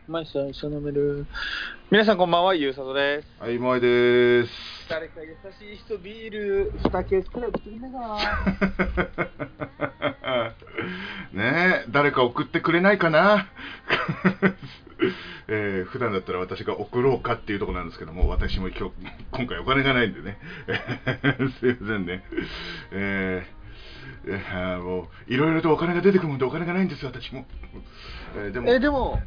毎日一緒飲める。皆さんこんばんは、ゆうさとです。 はい、もえです。 誰か優しい人ビール2ケースくらい送ってくんねえかな。 ねえ、誰か送ってくれないかな。普段だったら私が送ろうかっていうところなんですけども、私も今回お金がないんでね。すいませんね。もう、いろいろとお金が出てくるもんでお金がないんですよ、私も。でも、 でも、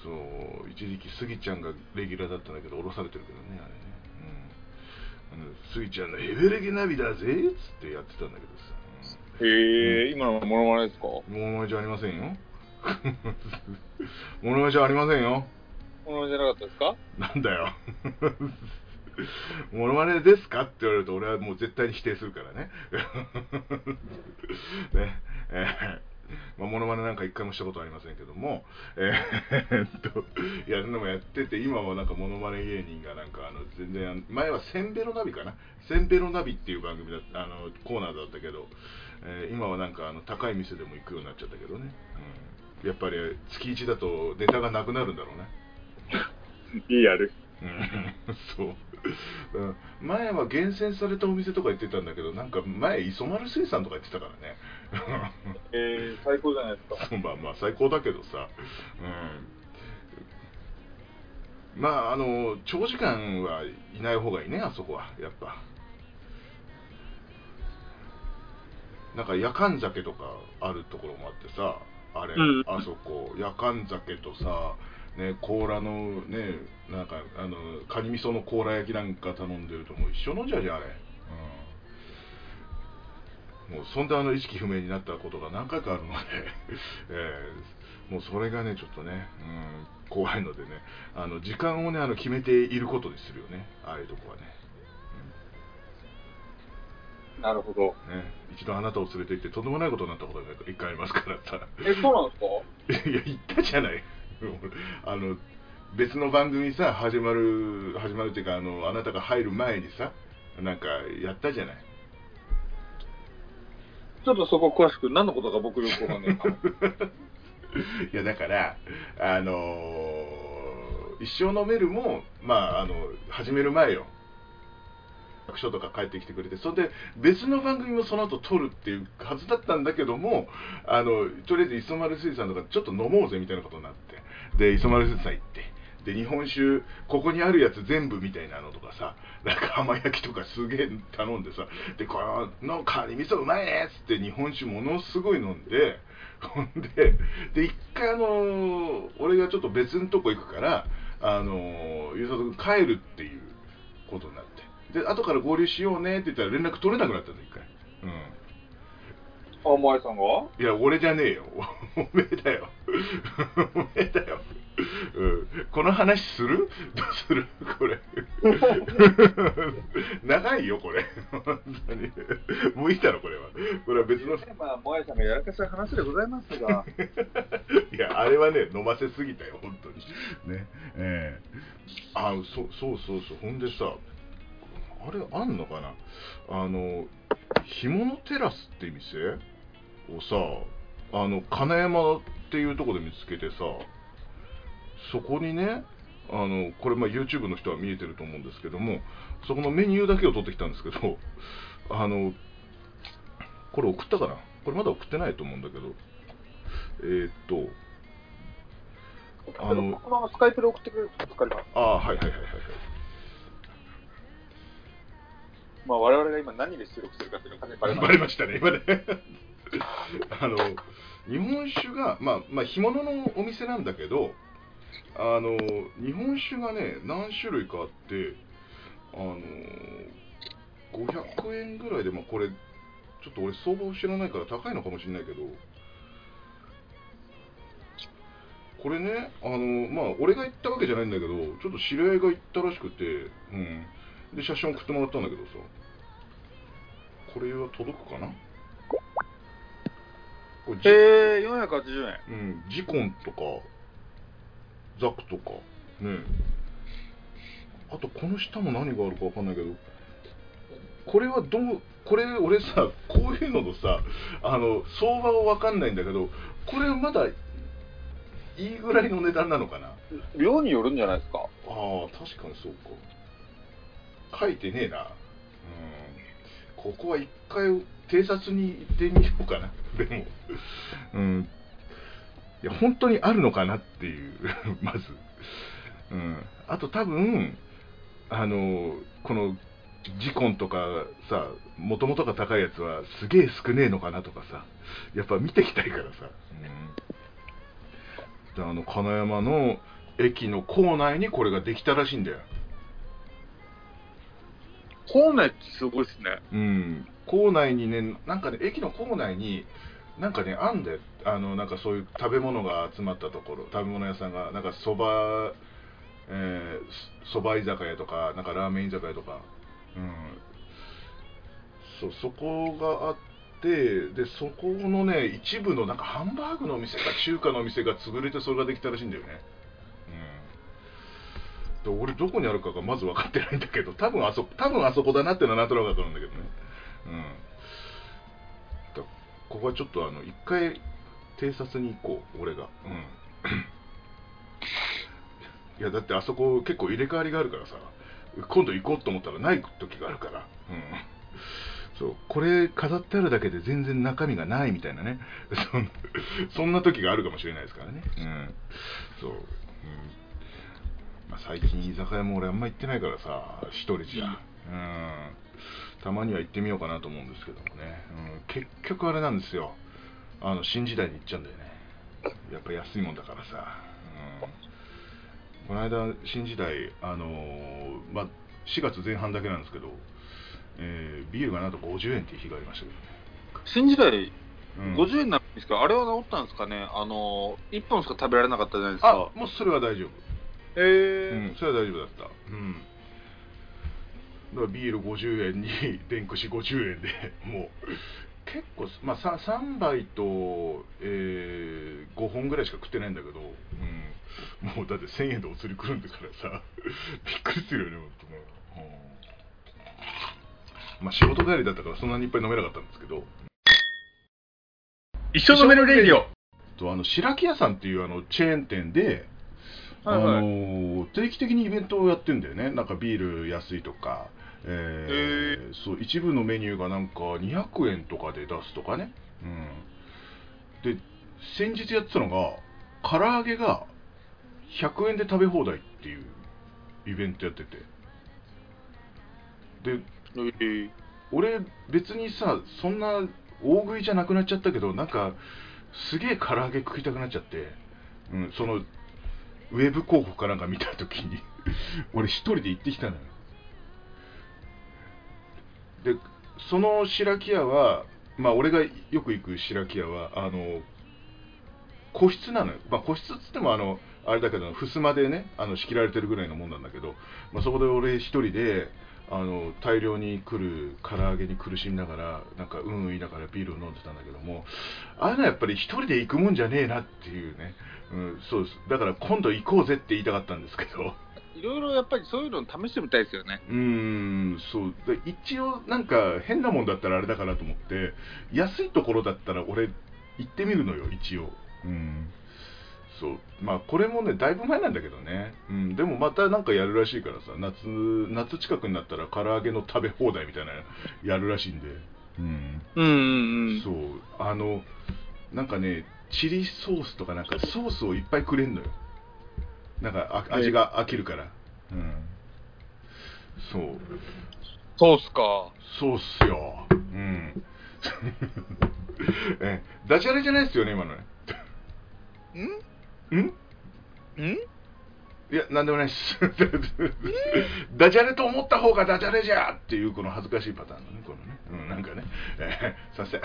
そう、一時期スギちゃんがレギュラーだったんだけど降ろされてるけどね、あれね。スギちゃんのエベレゲナビだぜっつってやってたんだけどさ。 へえ、今のモノマネですか？ モノマネじゃありませんよ。モノマネじゃありませんよ。 モノマネじゃなかったですか？ なんだよ。モノマネですかって言われると俺はもう絶対に否定するからね。ね、まあ、モノマネなんか一回もしたことありませんけども、いや、でもやってて、今はなんかモノマネ芸人がなんか全然、前はセンベロナビかな、センベロナビっていう番組だコーナーだったけど、今はなんか高い店でも行くようになっちゃったけどね、やっぱり月1だとネタがなくなるんだろうね。 リアル。 そう、前は厳選されたお店とか行ってたんだけど、なんか前磯丸水産とか行ってたからね。 最高じゃないですか。 まあまあ最高だけどさ、まあ長時間はいない方がいいね、あそこはやっぱ。なんか夜間酒とかあるところもあってさ、あれ、あそこ夜間酒とさ、ね、甲羅のね、なんかカニ味噌の甲羅焼きなんか頼んでるともう一緒のじゃあれ、もうそんで意識不明になったことが何回かあるので、もうそれがねちょっとね、怖いのでね、時間をね決めていることにするよね、ああいうとこはね。 なるほど。 ね、一度あなたを連れて行ってとんでもないことになったことが一回ありますからさ。 そうなんですか？ いや、言ったじゃない。別の番組さ、始まるっていうか、あなたが入る前にさ、なんかやったじゃない。 ちょっとそこ詳しく、何のことか僕よくわかんないかも。 いや、だから、一生飲めるも、まあ、始める前よ。役所とか帰ってきてくれて、それで別の番組もその後撮るっていうはずだったんだけども、とりあえず磯丸水産とかちょっと飲もうぜみたいなことになって、で磯丸水産行って、で日本酒ここにあるやつ全部みたいなのとかさ、なんか浜焼きとかすげえ頼んでさ、でこのカニ味噌うまいねっつって日本酒ものすごい飲んで、ほんで一回俺がちょっと別のとこ行くからゆうさと君帰るっていうことになって。で、後から合流しようねって言ったら連絡取れなくなったんだ、一回。 お前さんが？ いや、俺じゃねえよ。おめえだよ。おめえだよ。この話する？どうする？これ。長いよ、これ。本当に。もういいだろ、これは。これは別の。 まあ、もやさんがやらかした話でございますが。 いや、あれはね、飲ませすぎたよ、本当に。ね。そう、ほんでさ、あれあんのかな、干物テラスって店をさ、金山っていうところで見つけてさ、そこにね、これまあ YouTube の人は見えてると思うんですけども、そこのメニューだけを取ってきたんですけど、これ送ったかな、これまだ送ってないと思うんだけど、 このままスカイプで送ってくれると助かります。 はいはい。 まあ我々が今何で出力するかっていうのがバレましたね、今ね。日本酒が、まあ干物のお店なんだけど、日本酒がね、何種類かあって、500円ぐらいで、まあこれ、ちょっと俺相場を知らないから高いのかもしれないけど、これね、まあ俺が行ったわけじゃないんだけど、ちょっと知り合いが行ったらしくて、で、写真送ってもらったんだけどさ、これは届くかな？これ 480円。 ジコンとか、ザクとか、ね。あと、この下も何があるかわかんないけど、これはこれ俺さ、こういうののさ、相場はわかんないんだけど、これまだいいぐらいの値段なのかな？ 量によるんじゃないですか。 確かにそうか。書いてねえな。ここは一回偵察に行ってみようかな。でも、いや本当にあるのかなっていうまず、あと多分このジコンとかさ、もともとが高いやつはすげえ少ねえのかなとかさ、やっぱ見てきたいからさ、で金山の駅の構内にこれができたらしいんだよ。 構内ってすごいですね。 うん、構内にね、なんかね、駅の構内になんかね、あんで、なんかそういう食べ物が集まったところ、食べ物屋さんが、なんかそば居酒屋とか、なんかラーメン居酒屋とか、そこがあって、で、そこのね、一部のなんかハンバーグのお店か中華のお店が潰れて、それができたらしいんだよね。で俺どこにあるかがまず分かってないんだけど、多分あそこだなっていうのはなんとなく分かるんだけどね。ここはちょっと一回偵察に行こう、俺が。いやだってあそこ結構入れ替わりがあるからさ、今度行こうと思ったらない時があるから。そうこれ飾ってあるだけで全然中身がないみたいなね。そんな時があるかもしれないですからね。そう。まあ、最近居酒屋も俺あんま行ってないからさ、一人じゃ。たまには行ってみようかなと思うんですけどもね。結局あれなんですよ。新時代に行っちゃうんだよね。やっぱ安いもんだからさ。この間新時代まあ4月前半だけなんですけど、ビールがなんと50円っていう日がありましたけどね。 新時代50円なんですか、あれは治ったんですかね。1本しか食べられなかったじゃないですか。 もうそれは大丈夫。それは大丈夫だった。だからビール50円に電串50円でもう結構、まあ、3杯と、5本ぐらいしか食ってないんだけど、もうだって1000円でお釣り来るんだからさびっくりするよね、本当ね。まあ仕事帰りだったからそんなにいっぱい飲めなかったんですけど、 一生飲めるレディオと白木屋さんっていうチェーン店で、定期的にイベントをやってんだよね。なんかビール安いとか、そう一部のメニューがなんか200円とかで出すとかね。で先日やってたのが唐揚げが100円で食べ放題っていうイベントやってて、で、俺別にさそんな大食いじゃなくなっちゃったけど、なんかすげえ唐揚げ食いたくなっちゃって、そのウェブ広告かなんか見たときに俺一人で行ってきたのよ。でその白木屋は、まあ俺がよく行く白木屋は個室なのよ。まあ個室っつってもあれだけど襖でね仕切られてるぐらいのもんなんだけど、まあ、そこで俺一人で大量に来る唐揚げに苦しみながらなんか言いながらビールを飲んでたんだけども、あれはやっぱり一人で行くもんじゃねえなっていうね。そうです。だから今度行こうぜって言いたかったんですけど、 いろいろやっぱりそういうの試してみたいですよね。 そうで一応なんか変なもんだったらあれだからと思って、安いところだったら俺行ってみるのよ一応。そうまあこれもねだいぶ前なんだけどね。でもまたなんかやるらしいからさ、夏近くになったら唐揚げの食べ放題みたいなやるらしいんで。そうなんかねチリソースとかなんかソースをいっぱいくれんのよ。なんか味が飽きるから。 そうっすか。 そうっすよ。ダジャレじゃないっすよね今のね。いや、なんでもないっす。ダジャレと思った方がダジャレじゃっていうこの恥ずかしいパターンのね、このね、なんかね、させ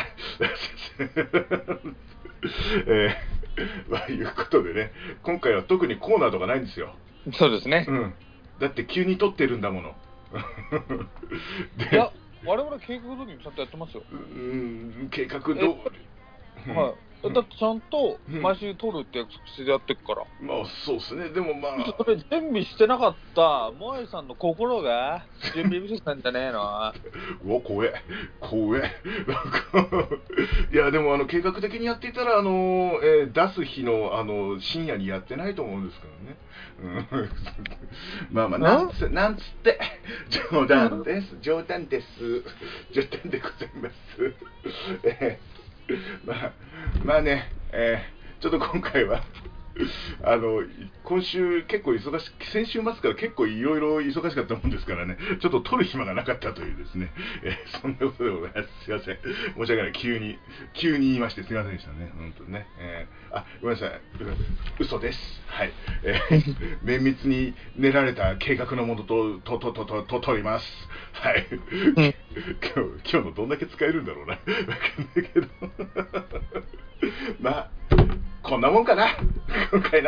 まあいうことでね、今回は特にコーナーとかないんですよ。 そうですね。 だって急に撮ってるんだもの。 いや、我々計画通りにちゃんとやってますよ。 計画通り。 はい。だってちゃんと毎週撮るって約束してやってっから。 まあそうですね。でもまあそれ準備してなかった萌さんの心が準備不足なんじゃねえの。 うわ怖え。なんかいやでも計画的にやっていたら出す日の深夜にやってないと思うんですけどね。まあなんつって冗談です。冗談でございます。まあね、ちょっと今回は今週結構先週末から結構いろいろ忙しかったもんですからね、ちょっと撮る暇がなかったというですね、そんなことでございます。すいません。申し訳ない。急に言いましてすいませんでしたね。本当にね。ごめんなさい。嘘です。はい。綿密に練られた計画のものと撮ります。はい。今日のどんだけ使えるんだろうな。わかんないけど。まあ、こんなもんかな。今回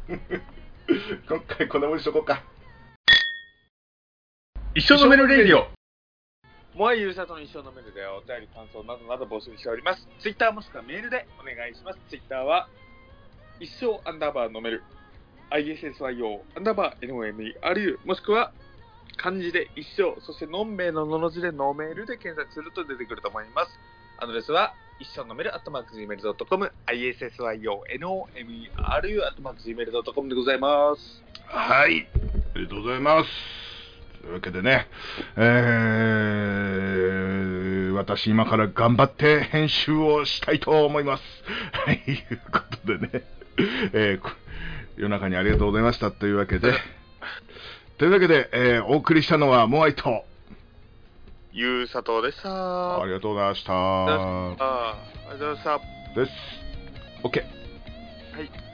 こんなもんにしとこうか。 一生飲めるレイディオ。 もうゆうさとの一生飲めるでお便り感想などなど募集しております。ツイッターもしくはメールでお願いします。ツイッターは一生アンダーバー飲める ISSIO アンダーバー NOMERU もしくは漢字で一生、そしてのんべえののの字で飲めるで検索すると出てくると思います。アドレスは一生飲める@gmail.com ISSIO NOMERU@gmail.com でございます。 はい、ありがとうございます。というわけでね、私今から頑張って編集をしたいと思います。はい、いうことでね、夜中にありがとうございましたというわけで、お送りしたのはモアイとゆうさとでした。 ありがとうございました。 ありがとうございました。 です。OK。 はい。